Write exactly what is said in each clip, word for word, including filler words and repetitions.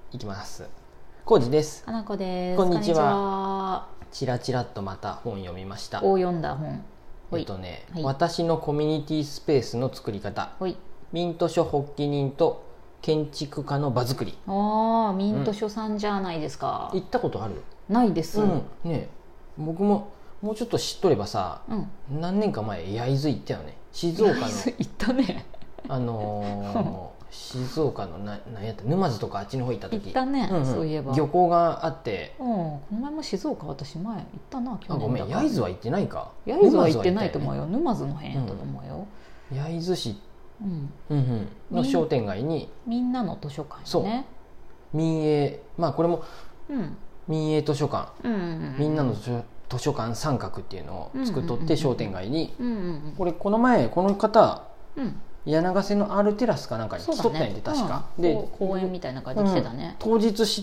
いきます。こうじです。 かなこです。 こんにちは。 こんにちは。 ちらちらっとまた本読みました。 お読んだ本。 えっとね、 はい、 私のコミュニティスペースの作り方。 はい、 民図書発起人と建築家の場作り。 ああ、民図書さんじゃないですか。 うん、行ったことある？ ないです。 うん、ね、僕ももうちょっと知っとればさ、うん、何年か前焼津行ったよね。静岡の行ったね。 あのー静岡のな何やった沼津とかあっちの方行った時行ったね、うんうん、そういえば漁港があって、 うん、この前も静岡私前行ったな。去年だか。 あ、ごめん、焼津は行ってないか。 焼津は行ってないと思うよ。沼津の辺やったと思うよ、 うん、焼津市、うんうんうん、の商店街にみんなの図書館ね。 そう民営、まあこれも民営図書館、うんうんうん、みんなの図書図書館三角っていうのを作っとって、商店街に、うんうんうん、これこの前この方、うん、柳瀬の R テラスかなんかに来とったんやで、確か、 うん、で公園みたいな感じで来てたね、 うん、当日知って、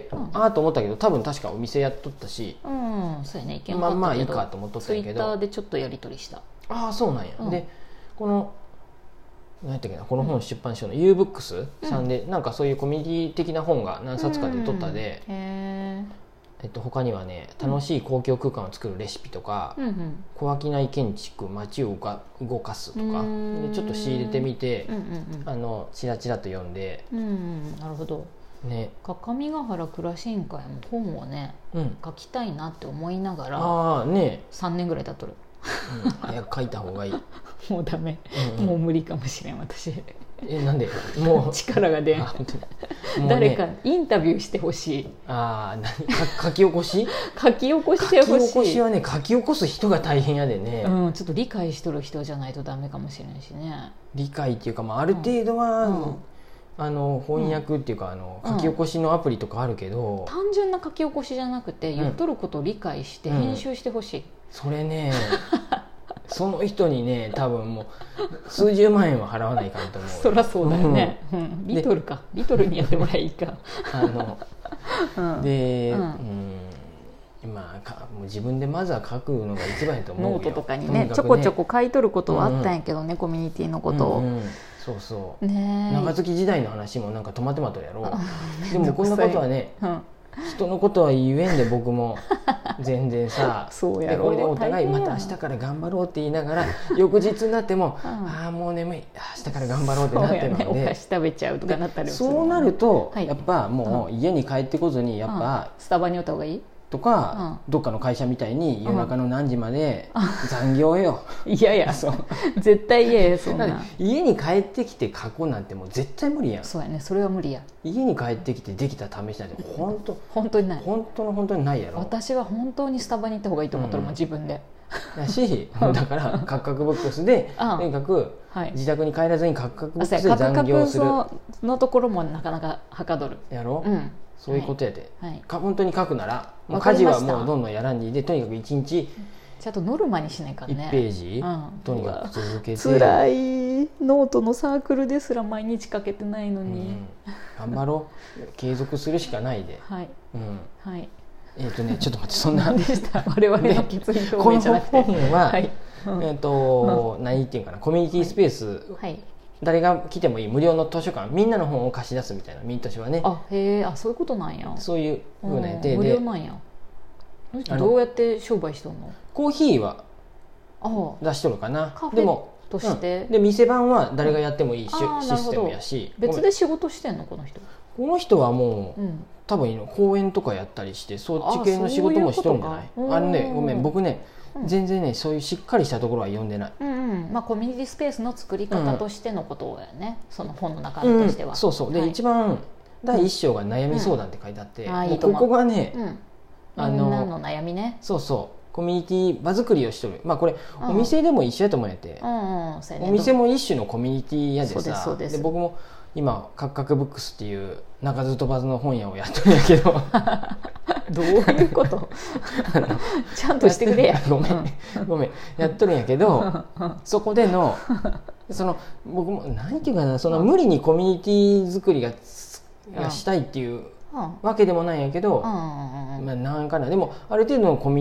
うん、ああと思ったけど多分確かお店やっとったし、 うん、そうやね、意見まあまあいいかと思っとったんやけど、 ツイッターでちょっとやり取りした。 ああそうなんや、うん、でこの何やったっけな、この本出版社の ユーブックス さんで、うん、なんかそういうコミュニティ的な本が何冊かでとったで、うん、へー、えっと、他にはね、楽しい公共空間を作るレシピとか、うんうん、小商い建築、街を動かすとかでちょっと仕入れてみて、うんうんうん、あのチラチラと読んで、 うんうん、なるほどね。各務原暮らし委員会も本をね、うん、書きたいなって思いながら、あ、ね、さんねんぐらい経っとる、 うん、早く書いた方がいいもうダメ、うんうん、もう無理かもしれん私。 え、なんで？もう力が出ん、ね、誰かインタビューしてほしい。 ああ、何か書き起こし書き起こしてほしい。 書き起こしはね、書き起こす人が大変やでね、 うん、ちょっと理解しとる人じゃないとダメかもしれないしね。 理解っていうか、まあ、ある程度は、うんうん、あの翻訳っていうか、あの書き起こしのアプリとかあるけど、うん、 単純な書き起こしじゃなくて、言っとることを理解して編集してほしい、うんうん、 それねその人にね、多分もう数十万円は払わないかんと思う。 そりゃそうだよね、うんうん、リトルか、リトルにやってもらえばいいかあの、うん、で、うんうん、まあ、もう自分でまずは書くのが一番やと思うよ。 ノートとかに ね, ねちょこちょこ書いとることはあったんやけどね、うんうん、コミュニティのことを、うんうん、 そうそう、ね、長月時代の話もなんかトマトマトやろうでもこんなことはね、うん、人のことは言えんで、僕も全然さそうやろ、 でこれでお互いまた明日から頑張ろうって言いながら翌日になっても、うん、ああもう眠い、明日から頑張ろうってなってるので、 そうやね、お菓子食べちゃうとかなったりもする、ね、 そうなると、はい、やっぱもう家に帰ってこずにやっぱ、 うん、スタバにおった方がいいとか、うん、どっかの会社みたいに夜中の何時まで残業よ、 うん、いやいやそう絶対嫌や、そんな家に帰ってきて書こうなんてもう絶対無理やん。 そうやね、それは無理や。 家に帰ってきてできた試しなんて本当本当にない、 本当の本当にないやろ。 私は本当にスタバに行った方がいいと思ってるもん、うん、自分でだしだからカクカクボックスでとにかく自宅に帰らずにカクカクボックスで残業するのところもなかなかはかどるやろ、うん、そういうことやで、はいはい、か本当に書くならもう家事はもうどんどんやらんでいいで、とにかくいちにちちゃんとノルマにしないからね、 いちページ、うん、とにかく続けて。 辛い、ノートのサークルですら毎日書けてないのに、うん、 頑張ろう継続するしかないで、 はい、うん、はい、 えっ、ー、とねちょっと待って、そんなでした我々の決意表明じゃなくて、 この本は、はい、えーと、うん、何言っていうかな、コミュニティスペース、はいはい、誰が来てもいい無料の図書館、みんなの本を貸し出すみたいな、民図書はね。 あ、へえ、あ、そういうことなんや。 そういうふうな予定で、 無料なんや。どうやって商売しとんの？ コーヒーは出しとるかな。 カフェとして、 うん、で店番は誰がやってもいいし、うん、システムやし。 別で仕事してんのこの人？ この人はもう、うん、多分講演とかやったりして、そっち系の仕事もしとるんじゃない？あのね、ごめん、僕ね、うん、全然ねそういうしっかりしたところは読んでない、うんうん、まあ、 コミュニティスペースの作り方としてのことやね、うん、その本の中身としては、 うん、そうそうで、はい、一番だいいっ章が悩み相談って書いてあって、うん、 もうここがね、 うん、あのみんなの悩みね、 そうそうコミュニティ場作りをしとる、まあこれ、うん、お店でも一緒やと思うんやて、うんうんうん、お店も一種のコミュニティやでさ、そうですそうです。で僕も今カクカクブックスっていう鳴かず飛ばずの本屋をやっとるんやけどどういうことちゃんとしてくれやごめん、うん、ごめんやっとるんやけどそこでのその僕も何ていうかな、その無理にコミュニティ作りが、がしたいっていうわけでもないんやけど、まあ、なんかな、でもある程度のコミュニ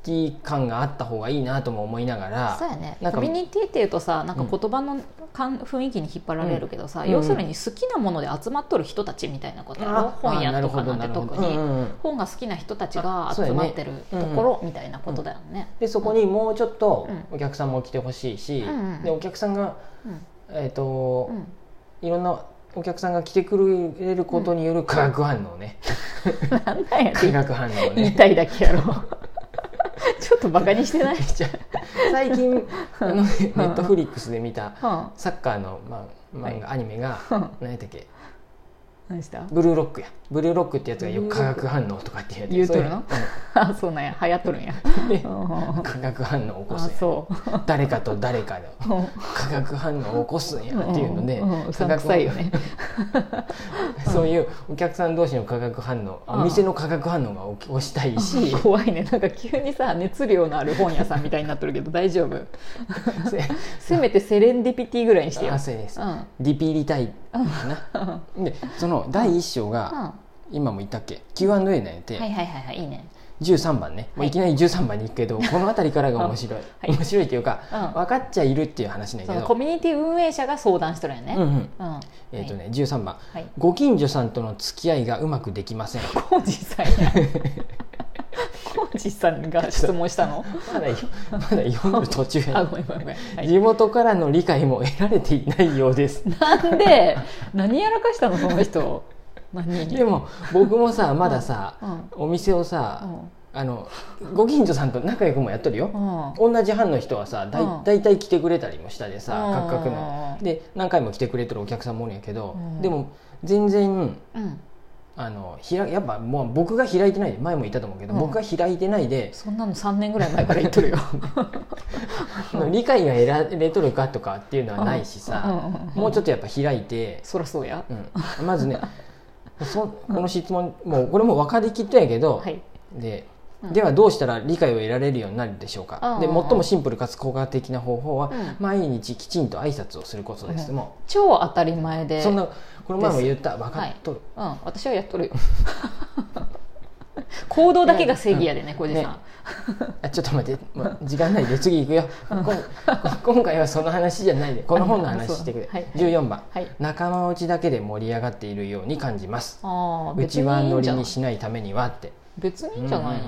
ティ感があった方がいいなとも思いながら、 そうやね、コミュニティっていうとさ、なんか言葉のかん雰囲気に引っ張られるけどさ、うん、要するに好きなもので集まっとる人たちみたいなことやろ、本屋とかなんて特に、うんうん、本が好きな人たちが集まってるところみたいなことだよね。 でそこにもうちょっとお客さんも来てほしいし、うん、でお客さんが、うん、えーとうん、いろんなお客さんが来てくれることによる化学反応ね、 うん、なんだよ化学反応ね、 言いたいだけやろちょっとバカにしてない？ 最近あのネットフリックスで見たサッカーの、まあ、漫画、はい、アニメが何やったっけ、 何したブルーロックやブルーロックってやつがよく化学反応とかって言うとるの？あ、そうなんや、流行っとるんや化学反応を起こすんや、そう誰かと誰かで化学反応を起こすんやっていうので、 うさんくさいよねそういうお客さん同士の化学反応、お店の化学反応が起こしたいし、 怖いね、なんか急にさ熱量のある本屋さんみたいになってるけど大丈夫せめてセレンディピティぐらいにしてよ。 あ、そうです、うん、ディピリタイかなでそのだいいっ章が、うん、今も言ったっけ キューアンドエー なんやて、 はいはいはいはい、いいね。 じゅうさんばんね、はい、いきなりじゅうさんばんに行くけど、この辺りからが面白い、はい、面白いというか、うん、分かっちゃいるっていう話なんやけど、 コミュニティ運営者が相談しとるよね、うんうんうん、 えーとね、はい、じゅうさんばん、はい、ご近所さんとの付き合いがうまくできません。 コウジさんやコウジさんが質問したの？ まだまだ読む途中やあ、ごめんごめんごめん、はい、 地元からの理解も得られていないようです。 なんで何やらかしたのその人何でも僕もさまださ、うん、お店をさ、うん、あのご近所さんと仲良くもやっとるよ、うん、同じ班の人はさだい、うん、だいたい来てくれたりもしたでさ、カクカクので何回も来てくれてるお客さんもおるんやけど、うん、でも全然、うん、あのひらやっぱもう僕が開いてないで、前も言ったと思うけど、うん、僕が開いてないで、 そんなのさんねんぐらい前から言っとるよ理解が得られとるかとかっていうのはないしさ、もうちょっとやっぱ開いて、 そらそうや、 うん、まずねそこの質問もうこれも分かりきったんやけど、はい、でではどうしたら理解を得られるようになるでしょうか。で最もシンプルかつ効果的な方法は、うん、毎日きちんと挨拶をすることです、うん、もう超当たり前で、 そんなこの前も言った分かっとる、 はい、うん、私はやっとるよ行動だけが正義やでね、小路さん、ね、 あ、ちょっと待って、もう時間ないで次行くよ、うん、今回はその話じゃないで、この本の話してくれ、はい、じゅうよんばん、はい、仲間内だけで盛り上がっているように感じます。あ、うちはノリにしないためにはって、 別にいいんじゃないの。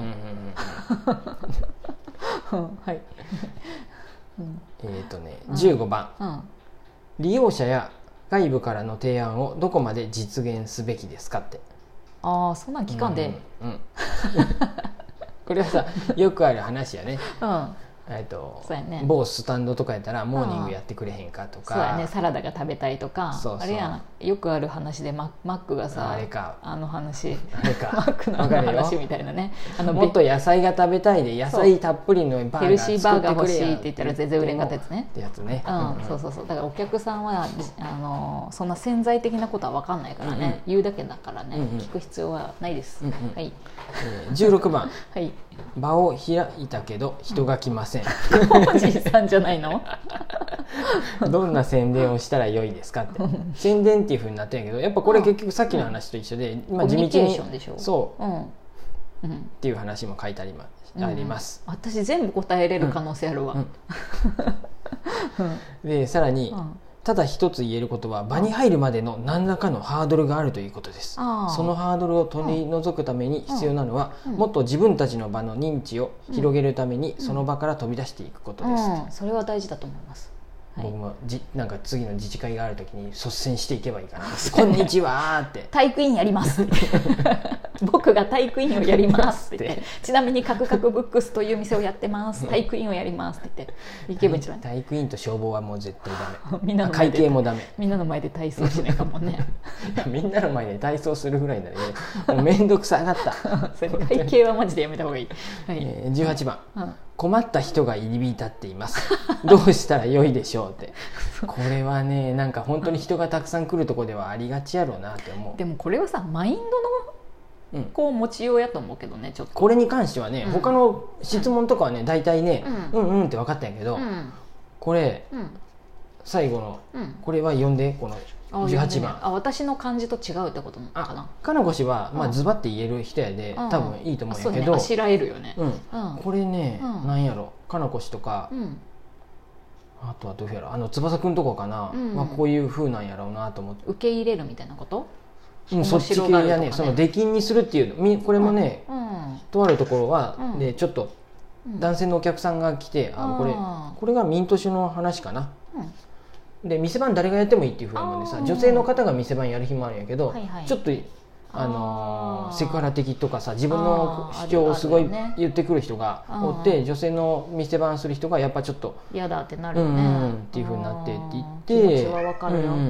はい、 えっとね、じゅうごばん、うん、利用者や外部からの提案をどこまで実現すべきですかって。 ああ、そんなん聞かんで、うんうん、 これはさよくある話やね、 うん、 えーとね、 某スタンドとかやったらモーニングやってくれへんかとか、 そうやね、サラダが食べたいとか、 そうそう、 あれやん、よくある話で マ, マックがさ、 あれか、 あの話、 あれかマックのあの話みたいなね、あのもっと野菜が食べたいで野菜たっぷりのバーガーヘルシーバーガー欲しいって言ったら全然売れんかったやつね、 ってやつね、 うん、うん、そうそうそう、だからお客さんはあのそんな潜在的なことは分かんないからね、うんうん、言うだけだからね、うんうん、聞く必要はないです、うんうん、はい、 えー、じゅうろくばん、 はい、 場を開いたけど人が来ません、 おじさんじゃないのどんな宣伝をしたら良いですかって宣伝っていう風になってるんやけど、やっぱこれ結局さっきの話と一緒で、うん、今地道にコミュニケーションでしょ、 そう、 うんうん、 っていう話も書いてあります、うん、あります。 私全部答えれる可能性あるわ、 うんうん、でさらに、うん、ただ一つ言えることは場に入るまでの何らかのハードルがあるということです。そのハードルを取り除くために必要なのは、うんうん、もっと自分たちの場の認知を広げるために、その場から飛び出していくことです、 うんうん、それは大事だと思います。 僕もじなんか次の自治会があるときに率先していけばいいかなこんにちはって体育委員やりますって僕が体育委員をやりますって言ってちなみにカクカクブックスという店をやってます体育委員をやりますって言って行けばいいんじゃない。 体育委員と消防はもう絶対ダメみんなの前で会計もダメ、 みんなの前で体操しないかもねいやみんなの前で体操するぐらいならもうめんどくさがったそれ会計はマジでやめた方がいい、 はい、えー、じゅうはちばん、うん、困った人が入り浸っていますどうしたらよいでしょうってこれはねなんか本当に人がたくさん来るとこではありがちやろうなって思う。 でもこれはさマインドのこう持ちようやと思うけどね、ちょっとこれに関してはね、うん、他の質問とかはね大体ね、うん、うんうんって分かったんやけど、うん、これ、うん、最後の、うん、これは読んでこのじゅうはちばん。 あ、私の漢字と違うってことかな。 かなこ氏は、まあ、ズバって言える人やで、うん、多分いいと思うんやけど、 あしらえるよね、 うんうん、これね、うん、なんやろかなこ氏とか、うん、あとはどうやろあの翼くんとこかな、うんまあ、こういう風なんやろうなと思って、 受け入れるみたいなこと、 うん、そっち系やね、その出禁にするっていうの、これもね、うん、とあるところは、うん、でちょっと男性のお客さんが来て、うん、あこれこれがミント酒の話かな、うん、で店番誰がやってもいいっていう風なのでさ、女性の方が店番やる日もあるんやけど、はいはい、ちょっとあのー、セクハラ的とかさ、自分の主張をすごい言ってくる人がおって、女性の店番する人がやっぱちょっと嫌だってなるよね、 うん、っていう風になってって言って、 気持ちはわかるよ、うん、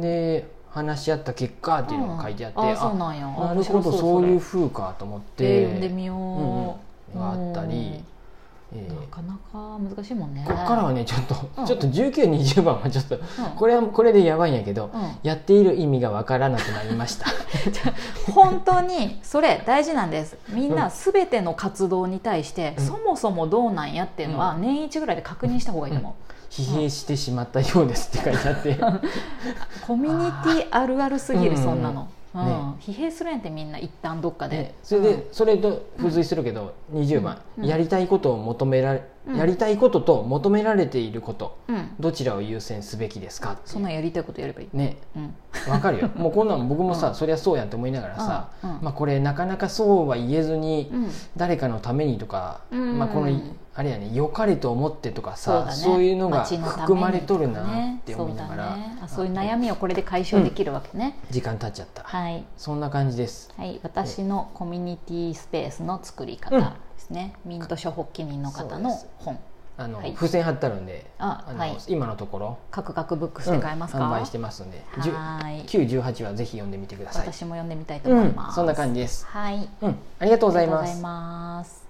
で話し合った結果っていうのが書いてあって、うん、 あそうなんや、 あなるほどそういう風かと思って、 えー、読んでみよう、うんうん、があったり、 えー、なかなか難しいもんね。 ここからはねちょっと、うん、ちょっとじゅうきゅう、にじゅうばんはちょっと、うん、これはこれでやばいんやけど、うん、やっている意味がわからなくなりました本当にそれ大事なんです。みんな全ての活動に対して、うん、そもそもどうなんやっていうのは年一ぐらいで確認した方がいいと思う、 うん、疲弊してしまったようですって書いてあってコミュニティあるあるすぎる、そんなの、うんね、疲弊するんやってみんな一旦どっかで、ね、 それで、うん、それと付随するけど、うん、にじゅうばん、うん、やりたいことを求められ、うん、やりたいことと求められていること、うん、どちらを優先すべきですかって。 そんなやりたいことやればいいね、 うん、分かるよもうこんなん僕もさ、うん、そりゃそうやって思いながらさ、うんまあ、これなかなかそうは言えずに、うん、誰かのためにとか、うんまあ、このあれやね良かれと思ってとかさ そう,、ね、そういうのが含まれとるなって思いながら、 そうだね、あそういう悩みをこれで解消できるわけね、 うん、時間経っちゃった、 はい、 そんな感じです、 はい、私のコミュニティスペースの作り方ですね、うん、ミント書発起人の方の本、 あの、はい、付箋貼ってあるんで、ああの、はい、今のところカクカクブックスで買えますか、 うん、販売してますんで、きゅう、じゅうはちはぜひ読んでみてください。 私も読んでみたいと思います、 うん、そんな感じです。 はい、 うん、ありがとうございます。 ありがとうございます。